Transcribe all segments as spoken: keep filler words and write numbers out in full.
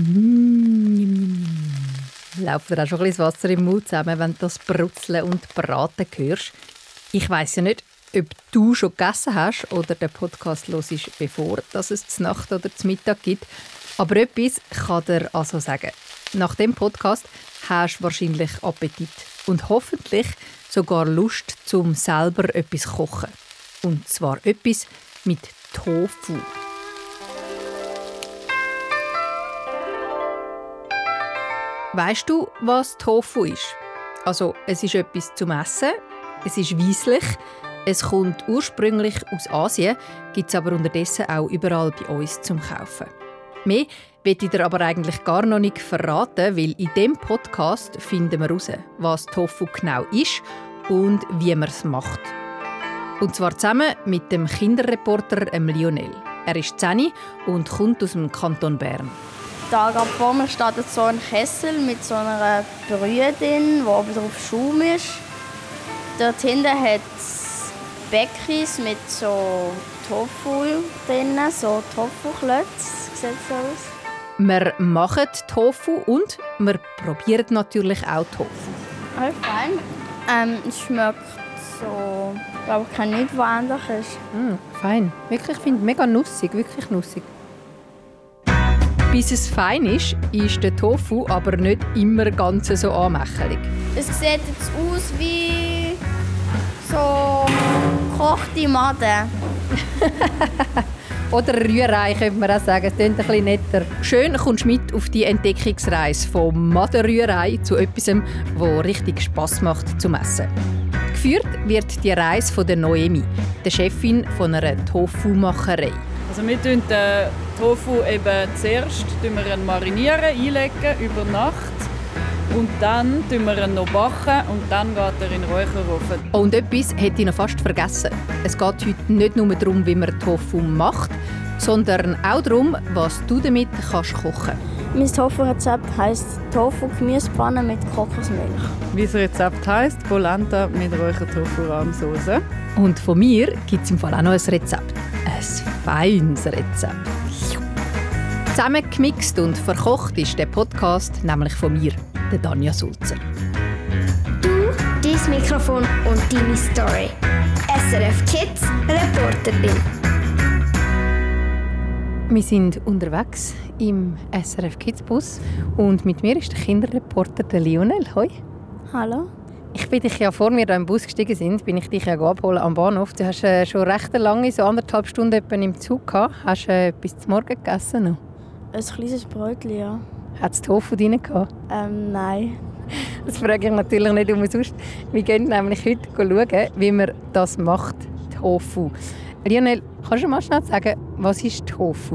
Mm. Läuft dir auch schon ein bisschen das Wasser im Mund zusammen, wenn du das Brutzeln und Braten hörst? Ich weiss ja nicht, ob du schon gegessen hast oder den Podcast hörst, bevor dass es zur Nacht oder zum Mittag gibt. Aber etwas kann dir also sagen. Nach dem Podcast hast du wahrscheinlich Appetit und hoffentlich sogar Lust, zum selber etwas zu kochen. Und zwar etwas mit Tofu. Weisst du, was Tofu ist? Also, es ist etwas zum Essen, es ist weisslich, es kommt ursprünglich aus Asien, gibt es aber unterdessen auch überall bei uns zum Kaufen. Mehr will ich dir aber eigentlich gar noch nicht verraten, weil in diesem Podcast finden wir heraus, was Tofu genau ist und wie man es macht. Und zwar zusammen mit dem Kinderreporter Lionel. Er ist zehn und kommt aus dem Kanton Bern. Da vor mir steht so ein Kessel mit so einer Brühe drin, wo oben drauf Schaum ist. Dort hinten hat es Bäckis mit so Tofu drin, so Tofu-Klötze. Sieht so aus. Wir machen Tofu und wir probieren natürlich auch Tofu. Oh, fein. Ähm, es schmeckt so, ich glaube, ich kenne nicht, was ähnlich ist. Mm, fein. Wirklich, ich finde es mega nussig, wirklich nussig. Bis es fein ist, ist der Tofu aber nicht immer ganz so anmächelig. Es sieht jetzt aus wie so gekochte Maden. Oder Rührei, könnte man auch sagen. Es klingt ein bisschen netter. Schön kommst du mit auf die Entdeckungsreise von Madenrührei zu etwas, das richtig Spass macht zum Essen. Geführt wird die Reise von der Noemi, der Chefin von einer Tofu-Macherei. Also wir tun den Tofu eben zuerst marinieren, einlegen über Nacht und dann tun wir ihn noch backen und dann geht er in den Räucherofen. Und etwas hätte ich noch fast vergessen. Es geht heute nicht nur darum, wie man Tofu macht, sondern auch darum, was du damit kannst kochen. Mein Tofu-Rezept heisst Tofu-Gemüsepfanne mit Kokosmilch. Wie das Rezept heisst, Polenta mit Räucher-Tofu-Rahmsauce. Und von mir gibt es im Fall auch noch ein Rezept. Ein feines Rezept. Zusammengemixt und verkocht ist der Podcast nämlich von mir, der Danja Sulzer. Du, dein Mikrofon und deine Story. S R F Kids Reporterin. Wir sind unterwegs im S R F Kids Bus und mit mir ist der Kinderreporter der Lionel. Hoi. Hallo. Ich bin dich ja, vor wir da im Bus gestiegen sind, bin ich dich ja abholen am Bahnhof. Du hast äh, schon recht lange, so anderthalb Stunden etwa im Zug gehabt. Hast du äh, etwas zum Morgen gegessen noch? Ein kleines Brötchen, ja. Hat es Tofu drin gehabt? Ähm, nein. Das frage ich natürlich nicht umsonst. Wir gehen nämlich heute schauen, wie man das macht, Tofu. Lionel, kannst du mal schnell sagen, was ist Tofu?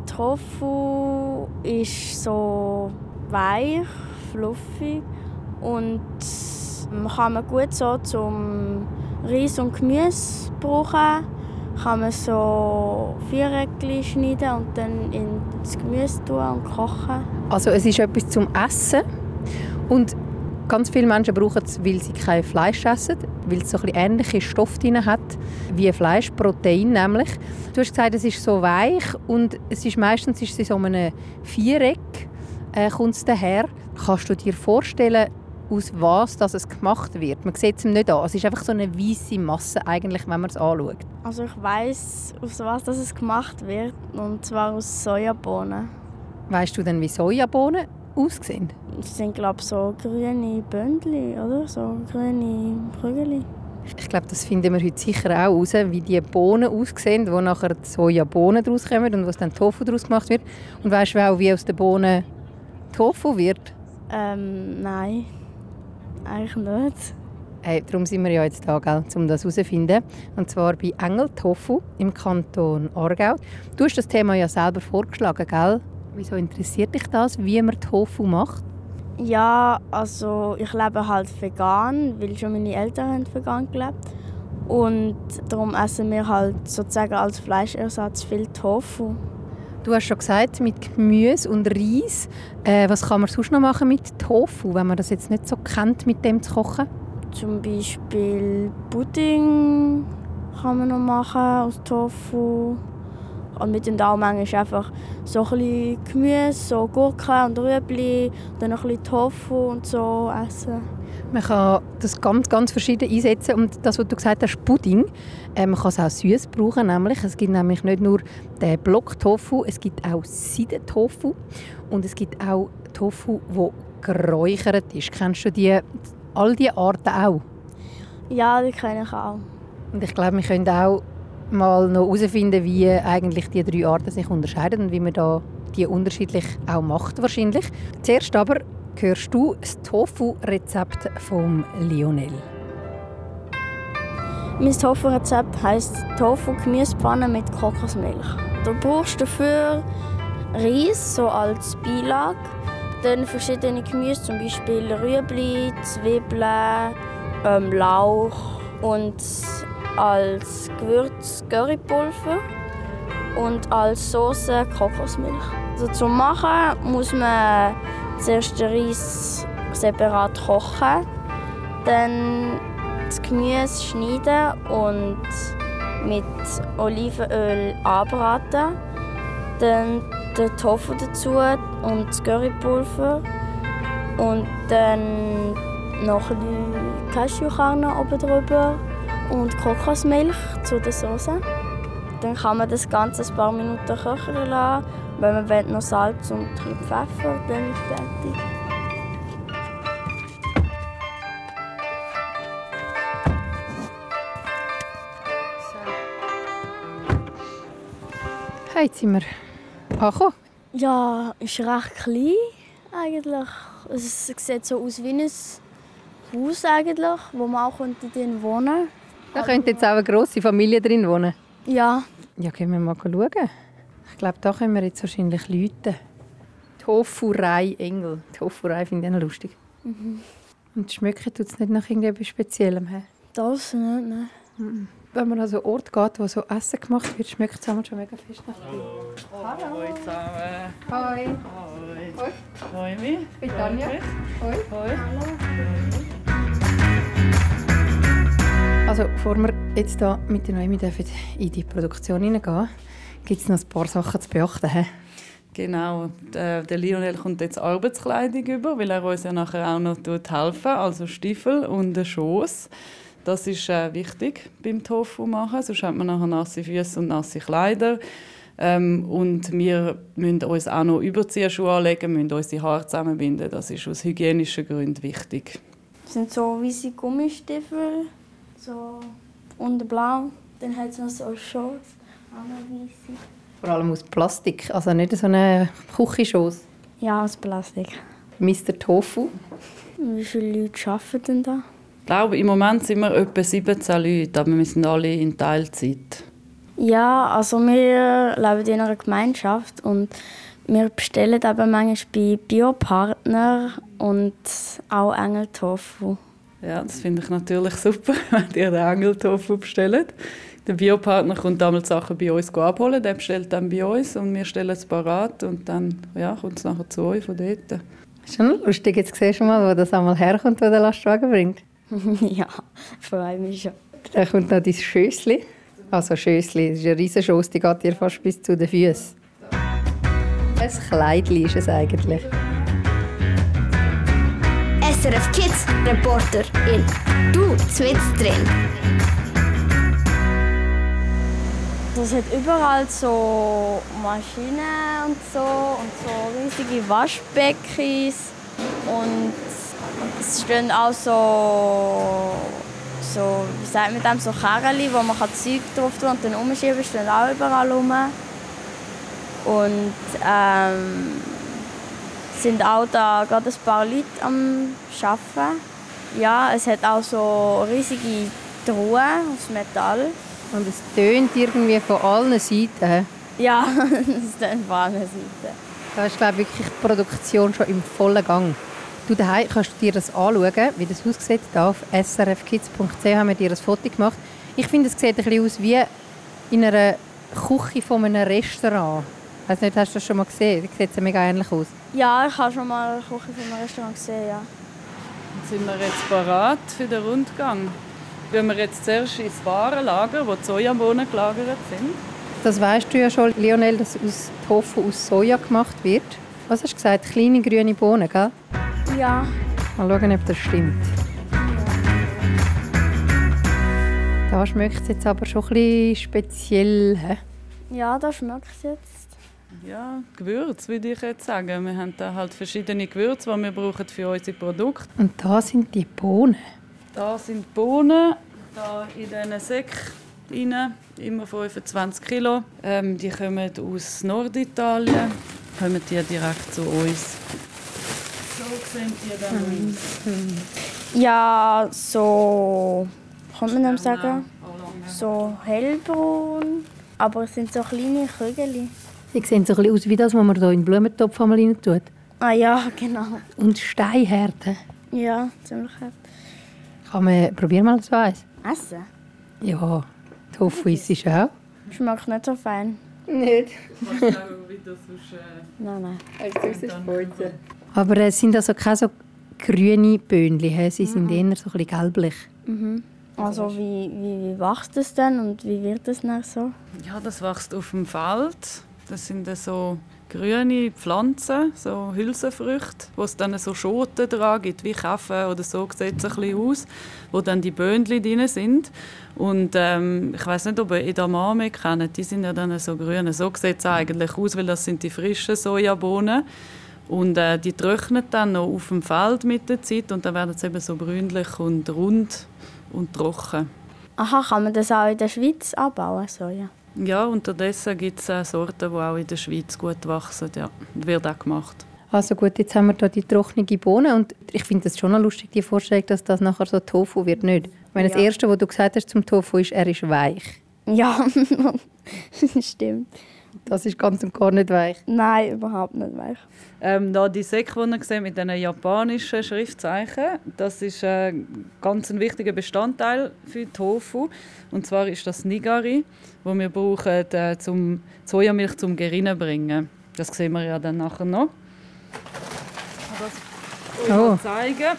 Tofu ist so weich, fluffig und kann man gut so zum Reis und Gemüse brauchen. Kann man so Viereckchen schneiden und dann ins Gemüse tun und kochen. Also es ist etwas zum Essen und ganz viele Menschen brauchen es, weil sie kein Fleisch essen, weil es so ein bisschen ähnliche Stoffe drin hat wie Fleisch, Protein nämlich. Du hast gesagt, es ist so weich und es ist meistens ist es in so einem Viereck äh, kommt es daher. Kannst du dir vorstellen, aus was das es gemacht wird? Man sieht es ihm nicht an. Es ist einfach so eine weisse Masse, eigentlich, wenn man es anschaut. Also ich weiss, aus was das es gemacht wird, und zwar aus Sojabohnen. Weißt du denn, wie Sojabohnen aussehen? Das sind, glaube ich, so grüne Bündel, oder? So grüne Krügel. Ich glaube, das finden wir heute sicher auch heraus, wie die Bohnen aussehen, wo nachher die Sojabohnen daraus kommen und was dann Tofu daraus gemacht wird. Und weißt du auch, wie aus den Bohnen Tofu wird? Ähm, nein. Eigentlich nicht. Hey, darum sind wir ja jetzt da, gell, um das herauszufinden. Und zwar bei Engel Tofu im Kanton Aargau. Du hast das Thema ja selber vorgeschlagen, gell? Wieso interessiert dich das, wie man Tofu macht? Ja, also ich lebe halt vegan, weil schon meine Eltern haben vegan gelebt. Und darum essen wir halt sozusagen als Fleischersatz viel Tofu. Du hast schon gesagt, mit Gemüse und Reis. Äh, was kann man sonst noch machen mit Tofu, wenn man das jetzt nicht so kennt, mit dem zu kochen? Zum Beispiel Pudding kann man noch machen aus Tofu. Und wir tun auch manchmal einfach so ein bisschen Gemüse, so Gurken und Rüebli, dann noch ein bisschen Tofu und so essen. Man kann das ganz, ganz verschieden einsetzen. Und das, was du gesagt hast, Pudding, äh, man kann es auch süß brauchen. Nämlich. Es gibt nämlich nicht nur den Block-Tofu, es gibt auch Seidentofu. Und es gibt auch Tofu, der geräuchert ist. Kennst du die, all diese Arten auch? Ja, die kenne ich auch. Und ich glaube, wir können auch mal noch herausfinden, wie eigentlich die drei Arten sich unterscheiden und wie man da die unterschiedlich auch macht wahrscheinlich. Zuerst aber hörst du das Tofu-Rezept von Lionel. Mein Tofu-Rezept heisst Tofu-Gemüsepfanne mit Kokosmilch. Du brauchst dafür Reis so als Beilage, dann verschiedene Gemüse, zum Beispiel Rüebli, Zwiebeln, ähm, Lauch und als Gewürz Currypulver und als Sauce Kokosmilch. Also zum Machen muss man zuerst den Reis separat kochen, dann das Gemüse schneiden und mit Olivenöl anbraten, dann den Tofu dazu und das Currypulver und dann noch ein bisschen Cashewkerne oben drüber und Kokosmilch zu der Sauce. Dann kann man das Ganze ein paar Minuten köcheln lassen. Wenn man will, noch Salz und ein bisschen Pfeffer, dann ist fertig. Hey, jetzt sind wir angekommen. Ja, ist recht klein eigentlich. Es sieht so aus wie ein Haus eigentlich, wo man auch drin wohnen könnte. Da könnte jetzt auch eine grosse Familie drin wohnen. Ja. Ja, gehen wir mal schauen. Ich glaube, da können wir jetzt wahrscheinlich läuten. Tofu-Rei Engel. Tofu-Rei finde ich auch lustig. Mhm. Und schmecken tut es nicht nach irgendetwas Speziellem. He? Das nicht, nein. Mhm. Wenn man an so einen Ort geht, wo so Essen gemacht wird, schmeckt es schon mega fest nach Hallo. Hallo. Hallo zusammen. Hoi. Hoi. Hoi. Hoi, mich. Ich bin Tanja. Hoi. Hoi. Also, bevor wir jetzt hier mit der Noemi in die Produktion hineingehen, gibt es noch ein paar Sachen zu beachten. He? Genau, der, der Lionel kommt jetzt Arbeitskleidung über, weil er uns ja nachher auch noch helfen, also Stiefel und einen Schoss. Das ist äh, wichtig beim Tofu machen, sonst hat man nachher nasse Füße und nasse Kleider. Ähm, und wir müssen uns auch noch Überzieherschuhe anlegen, müssen unsere Haare zusammenbinden. Das ist aus hygienischen Gründen wichtig. Das sind so weiße Gummistiefel, so unten blau. Dann hat es noch so Shorts, auch noch weiße. Vor allem aus Plastik, also nicht so eine Küchenschoss. Ja, aus Plastik. Mister Tofu. Wie viele Leute arbeiten denn da? Ich glaube, im Moment sind wir etwa siebzehn Leute, aber wir sind alle in Teilzeit. Ja, also wir leben in einer Gemeinschaft und wir bestellen eben manchmal bei Biopartner und auch Engeltofu. Ja, das finde ich natürlich super, wenn ihr den Engeltofu bestellt. Der Biopartner kommt damals Sachen bei uns abholen, der bestellt dann bei uns und wir stellen es parat und dann ja, kommt es nachher zu euch von dort. Schon lustig, jetzt siehst du mal, wo das einmal herkommt, wo der Lastwagen bringt. Ja, freue mich schon. Dann kommt noch dein Schössli. Also Schössli, das ist ein riesen Schoss, die geht dir fast bis zu den Füßen. Ein Kleidchen ist es eigentlich. S R F Kids Reporter in «Du, zwitz drin». Es hat überall so Maschinen und so und so riesige Waschbeckens und es stehen auch so, so wie sagt man dem, so Kerrchen, wo man Zeug drauf tun und dann umschieben, stehen auch überall rum. Und ähm, sind auch da gerade ein paar Leute am Arbeiten. Ja, es hat auch so riesige Truhen aus Metall. Und es tönt irgendwie von allen Seiten. Ja, es tönt von allen Seiten. Da ist, glaube ich, wirklich die Produktion schon im vollen Gang. Du daheim kannst dir das anschauen, wie das aussieht. Hier auf s r f kids punkt c h haben wir dir ein Foto gemacht. Ich finde, es sieht ein bisschen aus wie in einer Küche von einem Restaurant. Ich weiss nicht, hast du das schon mal gesehen? Das sieht mega ähnlich aus. Ja, ich habe schon mal eine Küche von einem Restaurant gesehen, ja. Sind wir jetzt bereit für den Rundgang? Gehen wir jetzt zuerst ins Warenlager, wo die Sojabohnen gelagert sind. Das weißt du ja schon, Lionel, dass aus Tofu aus Soja gemacht wird. Was hast du gesagt? Kleine grüne Bohnen, gell? Ja. Mal schauen, ob das stimmt. Da schmeckt es jetzt aber schon ein bisschen speziell. He? Ja, das schmeckt es jetzt. Ja, Gewürze würde ich jetzt sagen. Wir haben da halt verschiedene Gewürze, die wir brauchen für unsere Produkte. Und da sind die Bohnen. Da sind die Bohnen, da in diesen Säcken rein, immer fünfundzwanzig Kilo. Ähm, die kommen aus Norditalien, kommen die direkt zu uns. So sehen die dann aus. Ja, so, kann man nicht sagen, so hellbraun, aber es sind so kleine Kügel. Die sehen so ein bisschen aus wie das, was man hier in den Blumentopf einmal rein tut. Ah ja, genau. Und Steinhärte. Ja, ziemlich hart. Kann man, probier mal so eins. Essen? Ja, Tofu isst es auch. Schmeckt nicht so fein. Nicht? Kannst du sagen, wie das sonst... Äh, Nein, nein. Aber es sind also keine so grüne Böhnchen, sie sind eher so ein bisschen gelblich. Mhm. Also wie, wie, wie wächst es denn und wie wird es dann so? Ja, das wächst auf dem Feld. Das sind dann so grüne Pflanzen, so Hülsenfrüchte, wo es dann so Schoten dran gibt, wie Kaffee oder so, sieht es ein bisschen aus, wo dann die Böhnchen drin sind. Und ähm, ich weiss nicht, ob ihr Edamame kennt, die sind ja dann so grün. So sieht es eigentlich aus, weil das sind die frischen Sojabohnen. Und äh, die trocknen dann noch auf dem Feld mit der Zeit und dann werden sie eben so brünlich und rund und trocken. Aha, kann man das auch in der Schweiz anbauen, Soja? Ja, unterdessen gibt es äh, Sorten, die auch in der Schweiz gut wachsen. Ja, wird auch gemacht. Also gut, jetzt haben wir hier die trockene Bohnen und ich finde es schon noch lustig, die Vorstellung, dass das nachher so Tofu wird, nicht? Ich meine, das Ja. Erste, was du gesagt hast zum Tofu, ist, er ist weich. Ja, stimmt. Das ist ganz und gar nicht weich. Nein, überhaupt nicht weich. Ähm, da die Säcke, die ihr seht, mit diesen japanischen Schriftzeichen, das ist äh, ganz ein wichtiger Bestandteil für Tofu. Und zwar ist das Nigari, das wir brauchen, äh, zum Sojamilch zum Gerinnen bringen. Das sehen wir ja dann nachher noch. Ich kann das Oh. euch mal zeigen.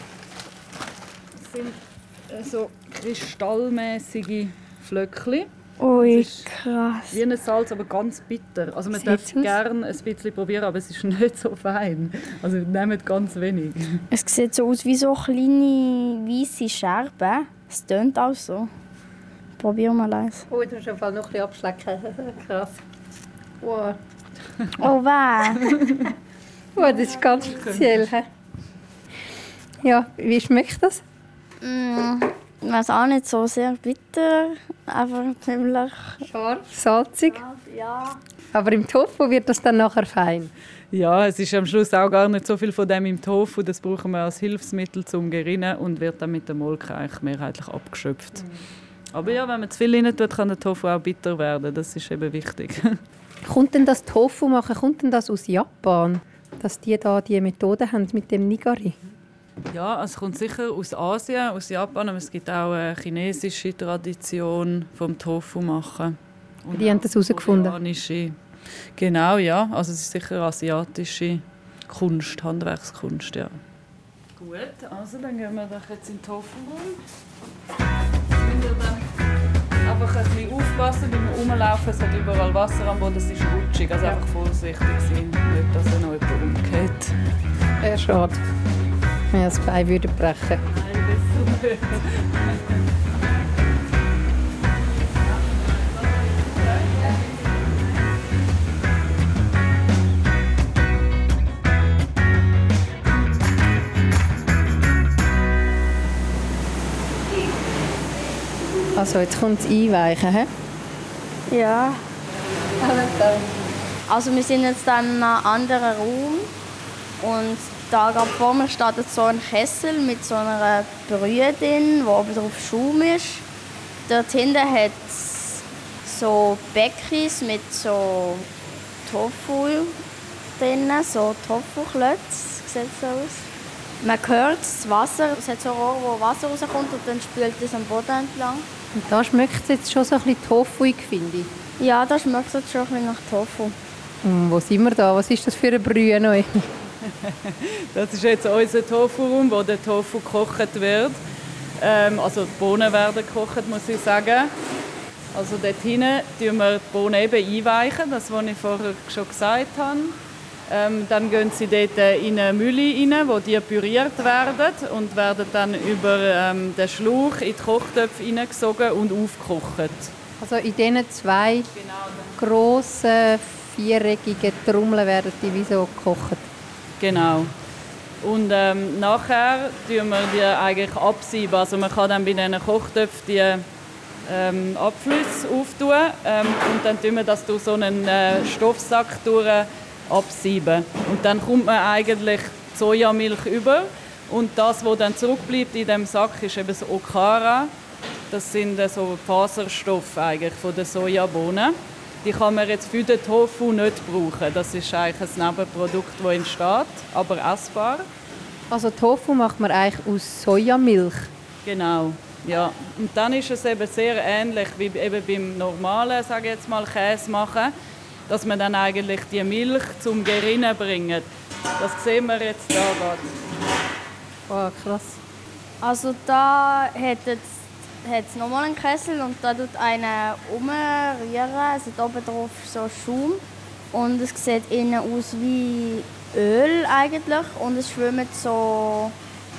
Das sind äh, so kristallmäßige Flöckchen. Ui, Das ist krass. Wie ein Salz, aber ganz bitter. Also man Sieht darf aus? gerne ein bisschen probieren, aber es ist nicht so fein. Also nehmt ganz wenig. Es sieht so aus wie so kleine weiße Scherben. Es tönt auch so. Probieren wir eins. Oh, du musst auf jeden Fall noch ein bisschen abschlecken. Krass. Wow. Oh, weh. Oh, das ist ganz speziell. He? Ja, wie schmeckt das? Mm, ich weiß auch nicht, so sehr bitter. Einfach ziemlich... Scharf, salzig. Ja. Aber im Tofu wird das dann nachher fein. Ja, es ist am Schluss auch gar nicht so viel von dem im Tofu. Das brauchen wir als Hilfsmittel zum Gerinnen und wird dann mit der Molke eigentlich mehrheitlich abgeschöpft. Mhm. Aber ja, wenn man zu viel rein tut, kann der Tofu auch bitter werden. Das ist eben wichtig. Kommt denn das Tofu machen, kommt denn das aus Japan? Dass die da die Methode haben mit dem Nigari? Ja, es kommt sicher aus Asien, aus Japan, aber es gibt auch eine chinesische Tradition vom Tofu machen. Und Die haben das herausgefunden. koreanische. Genau, ja. Also es ist sicher asiatische Kunst, Handwerkskunst, ja. Gut, also dann gehen wir doch jetzt in den Tofu-Raum. Müssen wir dann einfach ein bisschen aufpassen, beim Rumlaufen. Es hat überall Wasser am Boden, es ist rutschig, also einfach vorsichtig sein, nicht, dass er noch jemand umgeht. Sehr schade. Ja, das Bein würde brechen. Nein, besser nicht. Also, jetzt kommt das Einweichen. He? Ja. Also wir sind jetzt dann in einem anderen Raum und da gerade vor mir steht jetzt so ein Kessel mit so einer Brühe drin, wo oben drauf Schaum ist. Dort hinten hat es so Bäckis mit so Tofu drin, so Tofu-Klötze, sieht so aus. Man hört das Wasser, es hat so ein Rohr, wo Wasser rauskommt und dann spült es am Boden entlang. Und da schmeckt es jetzt schon so ein bisschen Tofuig, finde ich. Ja, das schmeckt jetzt schon ein bisschen nach Tofu. Und wo sind wir da? Was ist das für eine Brühe neu? Das ist jetzt unser Tofu-Raum, wo der Tofu gekocht wird. Ähm, also die Bohnen werden gekocht, muss ich sagen. Also dort hinten tun wir die Bohnen eben einweichen, das, was ich vorher schon gesagt habe. Ähm, dann gehen sie dort in eine Mühle rein, wo die püriert werden und werden dann über ähm, den Schlauch in die Kochtöpfe hineingesogen und aufgekocht. Also in diesen zwei genau. grossen, viereckigen Trommeln werden die wie so gekocht? Genau. Und ähm, nachher tun wir die eigentlich absieben. Also man kann dann bei diesen Kochtöpfen die ähm, Abflüsse auftun ähm, und dann tun wir das durch so einen äh, Stoffsack durch absieben. Und dann kommt man eigentlich die Sojamilch über. Und das, was dann zurückbleibt in diesem Sack, ist eben das Okara. Das sind äh, so Faserstoffe eigentlich von den Sojabohnen. Die kann man jetzt für den Tofu nicht brauchen. Das ist eigentlich ein Nebenprodukt, das entsteht, aber essbar. Also Tofu macht man eigentlich aus Sojamilch? Genau, ja. Und dann ist es eben sehr ähnlich wie eben beim normalen, sage ich jetzt mal, Käse machen, dass man dann eigentlich die Milch zum Gerinnen bringt. Das sehen wir jetzt hier gerade. Wow, krass. Also da hat es nochmal einen Kessel und da tut einer umrühren. Es hat oben drauf so Schaum und es sieht innen aus wie Öl eigentlich und es schwimmen so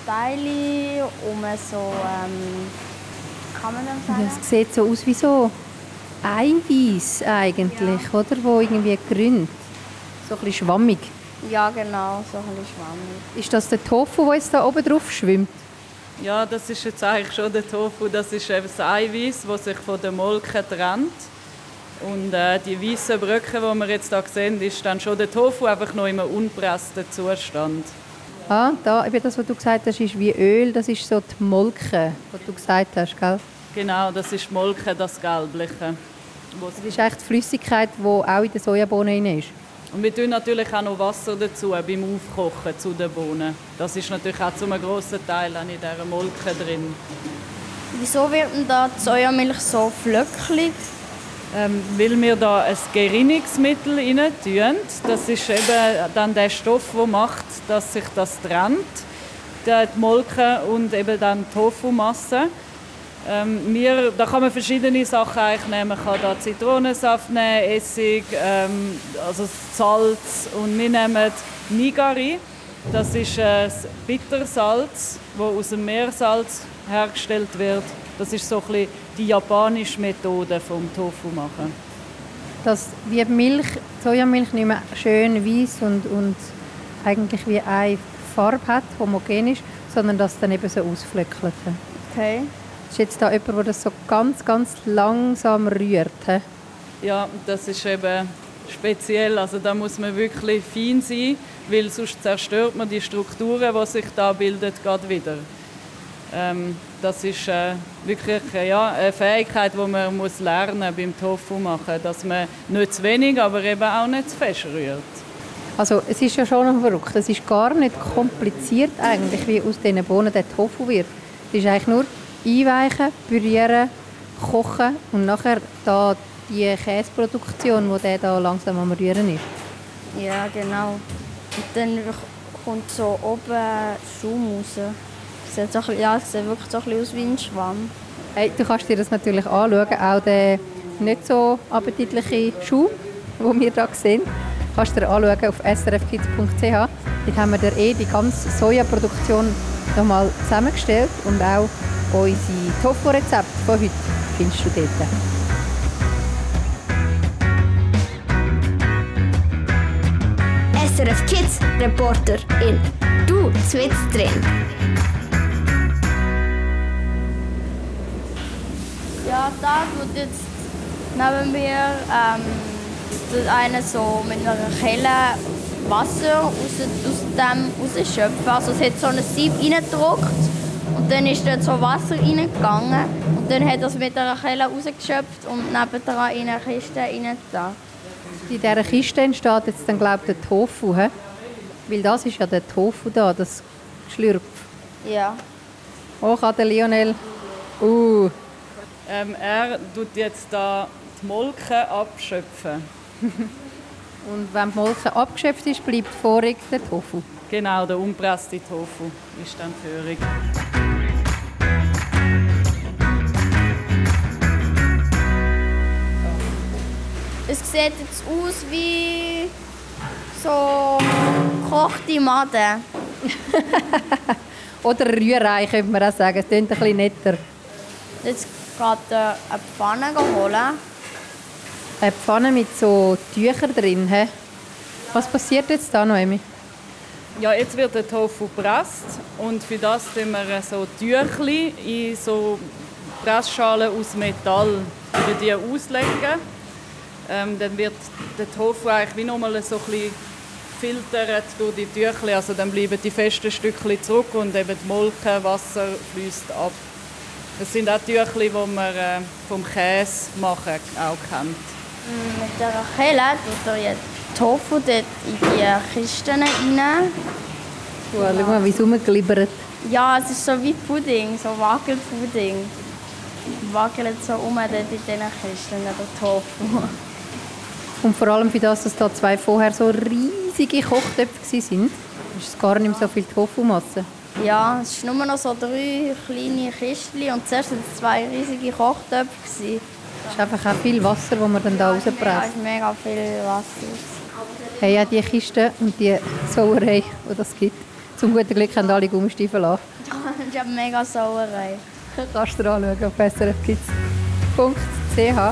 Teile um so, ähm, kann man das sagen? Es sieht so aus wie so Eiweiß eigentlich, ja. Oder? Wo irgendwie grünt. So ein bisschen schwammig. Ja, genau, so ein bisschen schwammig. Ist das der Tofu, der jetzt da oben drauf schwimmt? Ja, das ist jetzt eigentlich schon der Tofu. Das ist eben das Eiweiß, das sich von der Molke trennt. Und äh, die weißen Bröcke, die wir jetzt hier sehen, ist dann schon der Tofu, einfach noch in einem unpressten Zustand. Ah, da, eben das, was du gesagt hast, ist wie Öl. Das ist so die Molke, die du gesagt hast, gell? Genau, das ist die Molke, das Gelbliche. Das ist eigentlich die Flüssigkeit, die auch in den Sojabohnen drin ist. Und wir tun natürlich auch noch Wasser dazu beim Aufkochen zu den Bohnen. Das ist natürlich auch zu einem grossen Teil in dieser Molke drin. Wieso wird denn da die Sojamilch so flöcklig? Ähm, weil wir da ein Gerinnungsmittel rein tun. Das ist eben dann der Stoff, der macht, dass sich das trennt, die Molke und eben dann die Tofumasse. Ähm, wir, da kann man verschiedene Sachen eigentlich nehmen. Man kann da Zitronensaft nehmen, Essig, ähm, also Salz und wir nehmen Nigari. Das ist ein Bittersalz, das aus dem Meersalz hergestellt wird. Das ist so ein bisschen die japanische Methode vom Tofu machen. Dass wie die Milch, die Sojamilch nicht mehr schön weiß und, und eigentlich wie eine Farbe hat, homogen ist, sondern dass es dann eben so ausflöckelt. Okay. Ist jetzt da jemand, der das so ganz, ganz langsam rührt? He? Ja, das ist eben speziell. Also da muss man wirklich fein sein, weil sonst zerstört man die Strukturen, die sich da bilden, gerade wieder. Ähm, das ist äh, wirklich äh, ja, eine Fähigkeit, die man muss lernen beim Tofu machen, dass man nicht zu wenig, aber eben auch nicht zu fest rührt. Also es ist ja schon noch verrückt. Es ist gar nicht kompliziert eigentlich, wie aus diesen Bohnen der Tofu wird. Es ist eigentlich nur einweichen, pürieren, kochen und nachher da die Käseproduktion, die der da langsam am Rühren ist. Ja, genau. Und dann kommt so oben Schaum raus. Sieht so, ja, es sieht wirklich so ein bisschen aus wie ein Schwamm. Hey, du kannst dir das natürlich anschauen, auch den nicht so appetitlichen Schaum, den wir hier sehen. Du kannst dir anschauen auf s r f kids punkt c h. Dort haben wir dir eh die ganze Sojaproduktion nochmal zusammengestellt und auch unsere Tofu-Rezepte von heute findest du dort. S R F Kids Reporter in Du zwitz drin. Ja, da tut jetzt neben mir ähm, tut einer so mit einer Kelle Wasser aus, aus dem rausschöpfen. Also es hat so ein Sieb reingedrückt und dann ist dort so Wasser reingegangen und dann hat er es mit einer Kelle rausgeschöpft und nebendran in eine Kiste reingetan. In dieser Kiste entsteht jetzt dann, glaube ich, der Tofu, he? Weil das ist ja der Tofu da, das schlürpt. Ja. Hoch an den Lionel. Uh. Ähm, er tut jetzt da die Molke abschöpfen. Und wenn die Molke abgeschöpft ist, bleibt vorig der Tofu. Genau, der unpresste Tofu ist dann vorig. Es sieht jetzt aus wie so gekochte Maden. Oder Rührei, könnte man auch sagen. Es klingt ein bisschen netter. Jetzt gerade eine Pfanne holen. Eine Pfanne mit so Tüchern drin. He? Was passiert jetzt da, Noemi? Ja, jetzt wird der Tofu gepresst und für das tun wir so Tüchli in so Pressschalen aus Metall über die auslegen. Ähm, dann wird der Tofu eigentlich wie nochmal so ein bisschen filtert durch die Tüchli, also dann bleiben die festen Stückchen zurück und eben die Molke, Wasser fließt ab. Das sind auch Tüchli, die man äh, vom Käse machen auch kennt. Mit der Kelle tut er jetzt Tofu dort in die Kisten rein. Wow, schau mal, wie es rumglibbert. Ja, es ist so wie Pudding, so Wackelpudding. Wackelt so um dort in diesen Kisten, der Tofu. Und vor allem für das, dass da zwei vorher so riesige Kochtöpfe waren, ist es gar nicht mehr so viel Tofumasse. Ja, es waren nur noch so drei kleine Kistchen und zuerst waren es zwei riesige Kochtöpfe. Es ist einfach auch viel Wasser, das man dann da Ja, rauspresst. es ist mega viel Wasser. Hey, ja, die Kiste und die Sauerei, die das gibt. Zum guten Glück haben alle Gummistiefel an. Ich habe mega Sauerei. Kannst du dir anschauen auf s r f kids punkt c h.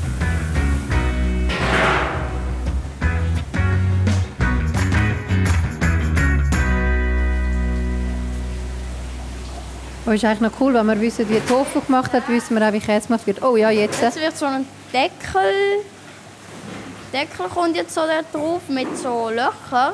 Oh, ist eigentlich noch cool, wenn wir wissen, wie Tofu gemacht hat, wissen wir auch, wie Käse gemacht wird. Oh ja, jetzt. Jetzt wird so ein Deckel. Der Deckel kommt jetzt so da drauf mit so Löchern.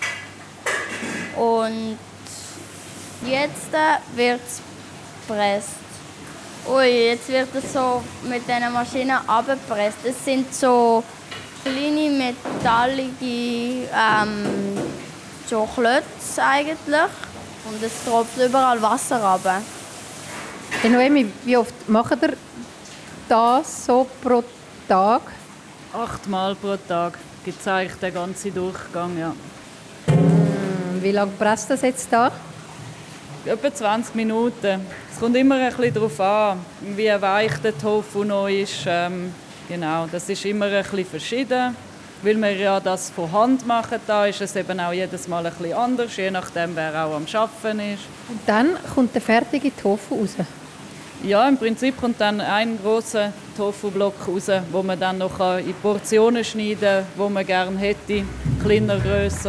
Und jetzt wird es gepresst. Ui, jetzt wird es so mit diesen Maschinen abgepresst. Es sind so kleine metallige ähm, so Klötze eigentlich. Und es tropft überall Wasser runter. Hey Noemi, wie oft macht ihr das so pro Tag? Achtmal pro Tag gibt es eigentlich den ganzen Durchgang, ja. Wie lange presst das jetzt da? Etwa zwanzig Minuten. Es kommt immer ein bisschen darauf an, wie weich der Tofu noch ist. Ähm, genau, das ist immer ein bisschen verschieden. Weil wir ja das von Hand machen, da ist es eben auch jedes Mal ein bisschen anders, je nachdem, wer auch am Arbeiten ist. Und dann kommt der fertige Tofu raus. Ja, im Prinzip kommt dann ein grosser Tofu-Block raus, wo man dann noch in Portionen schneiden kann, die man gerne hätte, kleiner, grösser.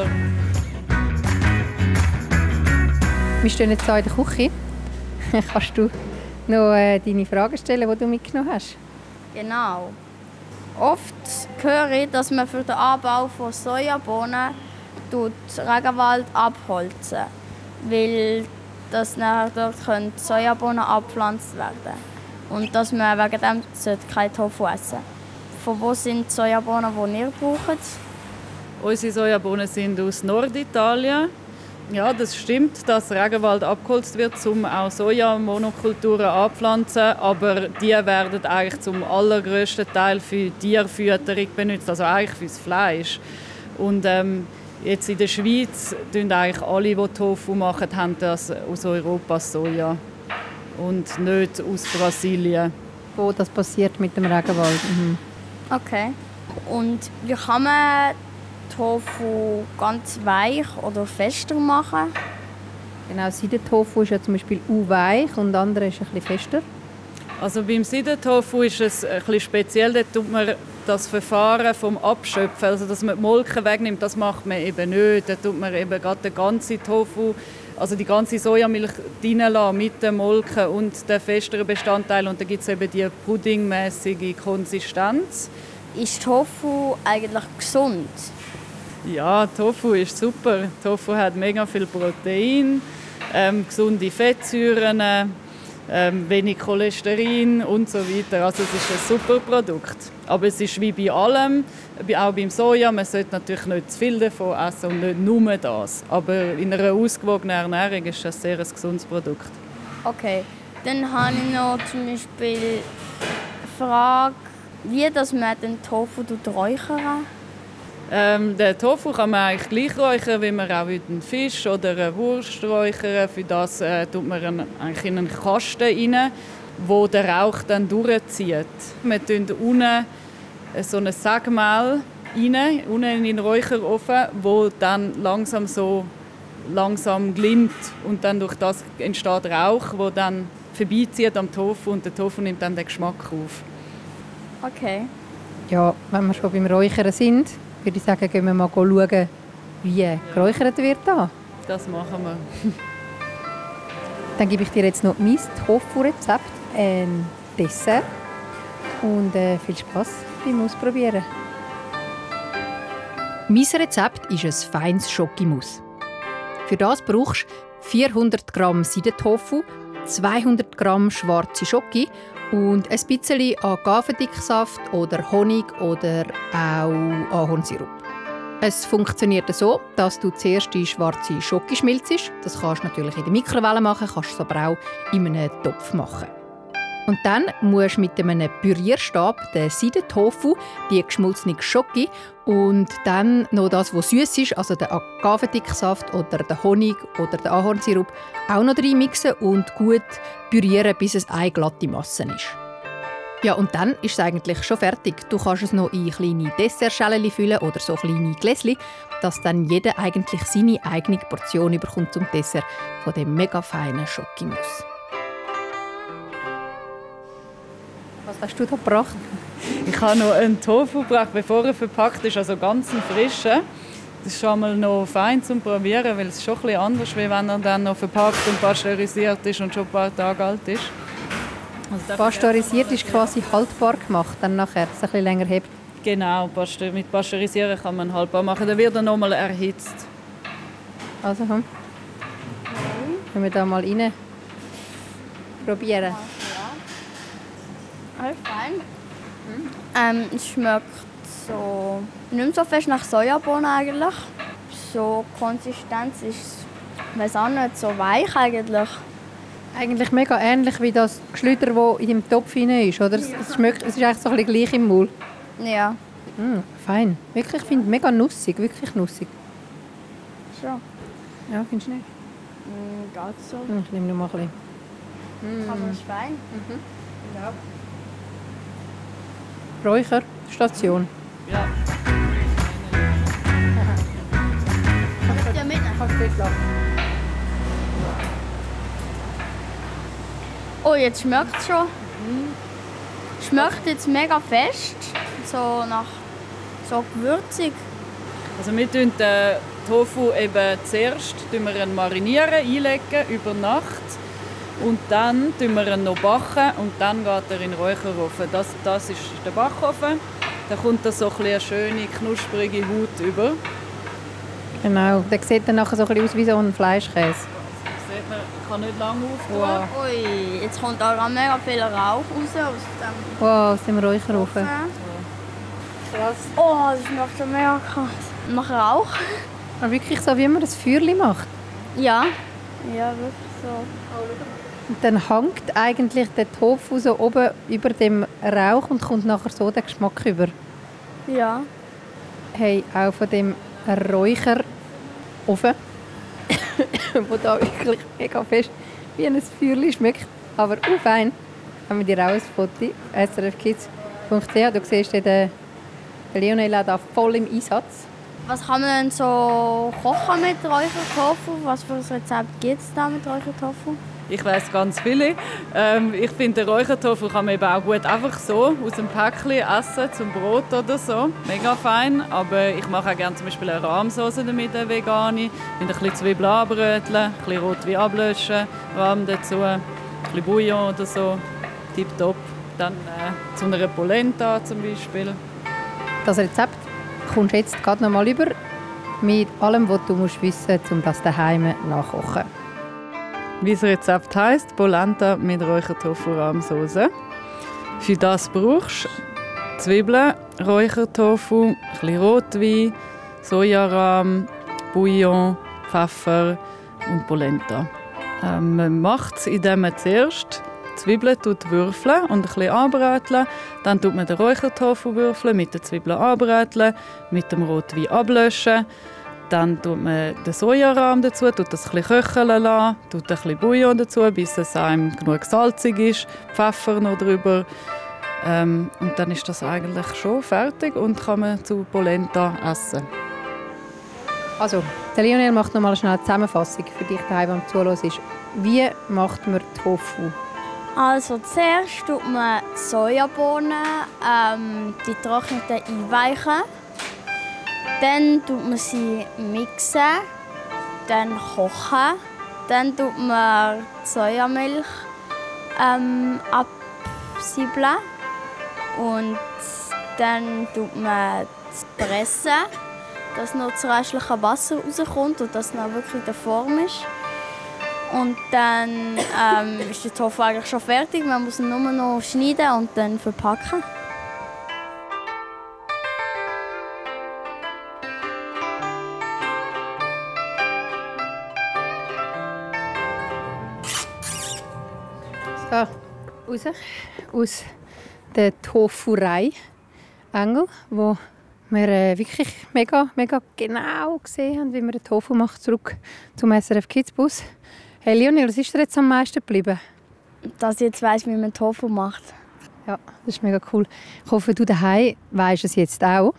Wir stehen jetzt hier in der Küche. Kannst du noch äh, deine Fragen stellen, die du mitgenommen hast? Genau. Oft höre ich, dass man für den Anbau von Sojabohnen Regenwald abholzen, weil dass nachher dort Sojabohnen abgepflanzt werden und dass man wegen dem kein Tofu essen sollte. Von wo sind die Sojabohnen, die ihr braucht? Unsere Sojabohnen sind aus Norditalien. Ja, das stimmt, dass Regenwald abgeholzt wird, um auch Sojamonokulturen anzupflanzen. Aber die werden eigentlich zum allergrößten Teil für Tierfütterung benutzt, also eigentlich fürs Fleisch. Und ähm, jetzt in der Schweiz tun eigentlich alle, die Tofu machen, haben das aus Europa Soja und nicht aus Brasilien. Wo das passiert mit dem Regenwald. Mhm. Okay. Und wie kann man Tofu ganz weich oder fester machen? Genau, Seidentofu ist ja zum Beispiel u-weich und der andere ist ein bisschen fester. Also beim Seidentofu ist es ein bisschen speziell. Dort tut man das Verfahren vom Abschöpfen, also dass man die Molke wegnimmt, das macht man eben nicht. Da tut man eben gerade den ganzen Tofu, also die ganze Sojamilch reinlassen mit der Molke und den festeren Bestandteilen. Und dann gibt es eben die puddingmäßige Konsistenz. Ist Tofu eigentlich gesund? Ja, Tofu ist super. Tofu hat mega viel Protein, ähm, gesunde Fettsäuren, ähm, wenig Cholesterin und so weiter. Also es ist ein super Produkt. Aber es ist wie bei allem, auch beim Soja, man sollte natürlich nicht zu viel davon essen und nicht nur das. Aber in einer ausgewogenen Ernährung ist es ein sehr gesundes Produkt. Okay, dann habe ich noch zum Beispiel eine Frage, wie dass man den Tofu räuchern. Ähm, den Tofu kann man eigentlich gleich räuchern, wie man auch einen Fisch oder eine Wurst räuchern. Für das äh, tut man einen, eigentlich in einen Kasten rein, wo der Rauch dann durchzieht. Wir tun unten so ein Sägemehl rein, unten in den Räucherofen, wo dann langsam so langsam glimmt und dann durch das entsteht Rauch, wo dann vorbeizieht am Tofu und der Tofu nimmt dann den Geschmack auf. Okay. Ja, wenn wir schon beim Räuchern sind, würde ich sagen, gehen wir mal schauen, wie geräuchert wird da. Das machen wir. Dann gebe ich dir jetzt noch mein Tofu-Rezept, ein Dessert und äh, viel Spass beim Ausprobieren. Mein Rezept ist ein feines Schokimus. Für das brauchst du vierhundert Gramm Seidentofu, zweihundert Gramm schwarze Schoki und ein bisschen Agavendicksaft oder Honig oder auch Ahornsirup. Es funktioniert so, dass du zuerst die schwarze Schoki schmilzt. Das kannst du natürlich in der Mikrowelle machen, kannst es aber auch in einem Topf machen. Und dann musst du mit einem Pürierstab den Seidentofu, die geschmolzene Schoki und dann noch das, was süß ist, also den Agavendicksaft oder den Honig oder den Ahornsirup, auch noch reinmixen und gut pürieren, bis es eine glatte Masse ist. Ja, und dann ist es eigentlich schon fertig. Du kannst es noch in kleine Dessertschälchen füllen oder so kleine Gläschen, dass dann jeder eigentlich seine eigene Portion bekommt zum Dessert von dem mega feinen Schokimus. Was hast du da gebracht? Ich habe noch einen Tofu gebracht, bevor er verpackt ist, also ganz frischen. Das ist schon mal noch fein zum Probieren, weil es schon ein bisschen anders ist, wenn er dann noch verpackt und pasteurisiert ist und schon ein paar Tage alt ist. Also Pasteurisiert ist quasi haltbar gemacht, dann nachher, dass es ein bisschen länger hebt. Genau, mit Pasteurisieren kann man haltbar machen. Dann wird er noch mal erhitzt. Also, hm. Können wir da mal rein probieren? Alles fein. Mhm. Ähm, es schmeckt so nicht mehr so fest nach Sojabohnen eigentlich. So Konsistenz ist, ich weiß auch nicht, so weich eigentlich. Eigentlich mega ähnlich wie das Geschlüder, das in dem Topf rein ist, oder? Ja. Es, schmeckt, es ist eigentlich so ein bisschen gleich im Maul. Ja. Mm, fein. Wirklich, ich finde es mega nussig, wirklich nussig. Schon. Ja, findest du nicht? Mm, geht so. Mm, ich nehme noch mal ein bisschen. Mm. Aber es ist fein. Mhm. Ja. Räucherstation. Ja. Kannst du ja mitnehmen? Kannst du mitlassen. Oh, jetzt schmeckt es schon. Mhm. Schmeckt jetzt mega fest. So nach so gewürzig. Also wir tun den Tofu eben zuerst marinieren, einlegen über Nacht. Und dann tun wir ihn noch backen und dann geht er in den Räucherofen. Das, das ist der Backofen. Da kommt da so eine schöne, knusprige Haut über. Genau, der sieht dann nachher so ein bisschen aus wie so ein Fleischkäse. Sieht man, ich kann nicht lange auftun. Wow. Ui, jetzt kommt da mega viel Rauch raus aus dem, wow, aus dem Räucherofen. Krass. Oh, das schmeckt schon mega krass. Nach Rauch. Aber wirklich so, wie man das Feuerchen macht. Ja. Ja, wirklich so. Und dann hängt eigentlich der Tofu so oben über dem Rauch und kommt nachher so der Geschmack über. Ja. Hey, auch von dem Räucherofen, wo da wirklich mega fest wie ein Feuerchen schmeckt, aber auch fein. Haben wir dir auch ein Foto, s r f kids punkt c h. Du siehst den, der Lionel da voll im Einsatz. Was kann man denn so kochen mit Räuchertofu? Was für ein Rezept gibt es da mit Räuchertofu? Ich weiss ganz viele. Ähm, ich finde, den Räuchertofu kann man eben auch gut einfach so aus dem Päckchen essen, zum Brot oder so. Mega fein. Aber ich mache auch gerne zum Beispiel eine Rahmsauce damit, eine vegane. Mit ein bisschen Zwiebeln anbröteln, ein bisschen Rotwein ablöschen, Rahm dazu, ein bisschen Bouillon oder so. Tipptopp. Dann äh, zu einer Polenta zum Beispiel. Das Rezept kommst du jetzt gerade noch mal über mit allem, was du musst wissen musst, um das daheim nachkochen. Wie das Rezept heisst, Polenta mit Räuchertofu-Rahmsauce. Für das brauchst du Zwiebeln, Räuchertofu, ein bisschen Rotwein, Sojarahm, Bouillon, Pfeffer und Polenta. Ähm, man macht es, indem man zuerst Zwiebeln würfeln und ein bisschen anbröteln. Dann tut man den Räuchertofu würfeln, mit den Zwiebeln anbröteln, mit dem Rotwein ablöschen. Dann tut man den Sojarahm dazu, tut das ein bisschen köcheln lassen, tut ein bisschen Bouillon dazu, bis es einem genug salzig ist. Pfeffer noch drüber. Ähm, und dann ist das eigentlich schon fertig und kann man zu Polenta essen. Also, der Lionel macht noch mal eine schnelle Zusammenfassung für dich daheim, beim Zuhören ist. Wie macht man Tofu? Also zuerst tut man Sojabohnen, ähm, die trockneten einweichen. Dann tut man sie mixen, dann kochen. Dann tut man die Sojamilch ähm, absiebeln. Und dann tut man es pressen, dass noch das restliche Wasser rauskommt und dass es noch wirklich in der Form ist. Und dann ähm, ist der Tofu eigentlich schon fertig. Man muss ihn nur noch schneiden und dann verpacken. So, raus aus der Tofu-Rei Engel, wo wir äh, wirklich mega, mega genau gesehen haben, wie man den Tofu macht, zurück zum S R F Kids Bus. Hey Lionel, was ist dir jetzt am meisten geblieben? Dass ich jetzt weiss, wie man Tofu macht. Ja, das ist mega cool. Ich hoffe, du daheim weisst es jetzt auch.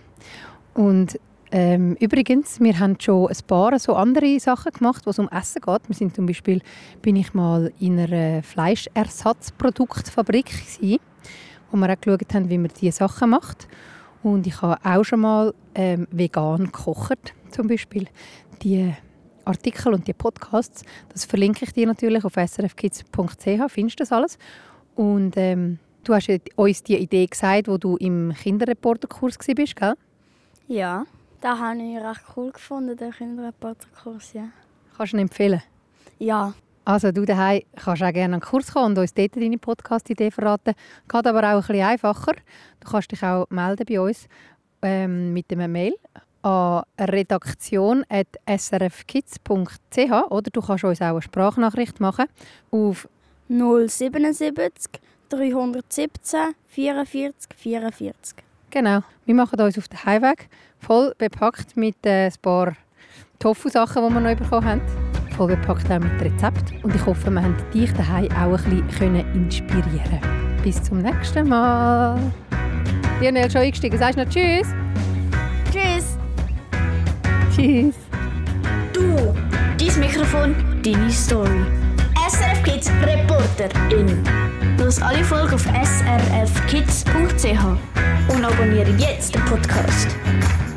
Und ähm, übrigens, wir haben schon ein paar so andere Sachen gemacht, wo es um Essen geht. Wir sind zum Beispiel, bin ich mal in einer Fleischersatzproduktfabrik gewesen, wo wir auch geschaut haben, wie man diese Sachen macht. Und ich habe auch schon mal ähm, vegan gekocht, zum Beispiel. Die Artikel und die Podcasts, das verlinke ich dir natürlich auf s r f kids punkt c h, findest du das alles. Und ähm, du hast uns die Idee gesagt, wo du im Kinderreporterkurs warst, gell? Ja, das habe ich recht cool gefunden, den Kinderreporterkurs, ja. Kannst du ihn empfehlen? Ja. Also du daheim kannst auch gerne an den Kurs kommen und uns dort deine Podcast-Idee verraten. Geht aber auch ein bisschen einfacher. Du kannst dich auch melden bei uns ähm, mit einem Mail an redaktion at s r f kids punkt c h oder du kannst uns auch eine Sprachnachricht machen auf null siebenundsiebzig dreihundertsiebzehn vierundvierzig vierundvierzig. Genau. Wir machen uns auf den Heimweg voll bepackt mit äh, ein paar Tofu-Sachen, die wir noch bekommen haben. Voll bepackt auch mit Rezept. Und ich hoffe, wir haben dich daheim auch ein bisschen inspirieren können. Bis zum nächsten Mal. Lionel, schon eingestiegen. Sagst du noch Tschüss? Tschüss. Tschüss. Du, dein Mikrofon, deine Story. S R F Kids Reporterin. Los alle Folgen auf s r f kids punkt c h und abonniere jetzt den Podcast.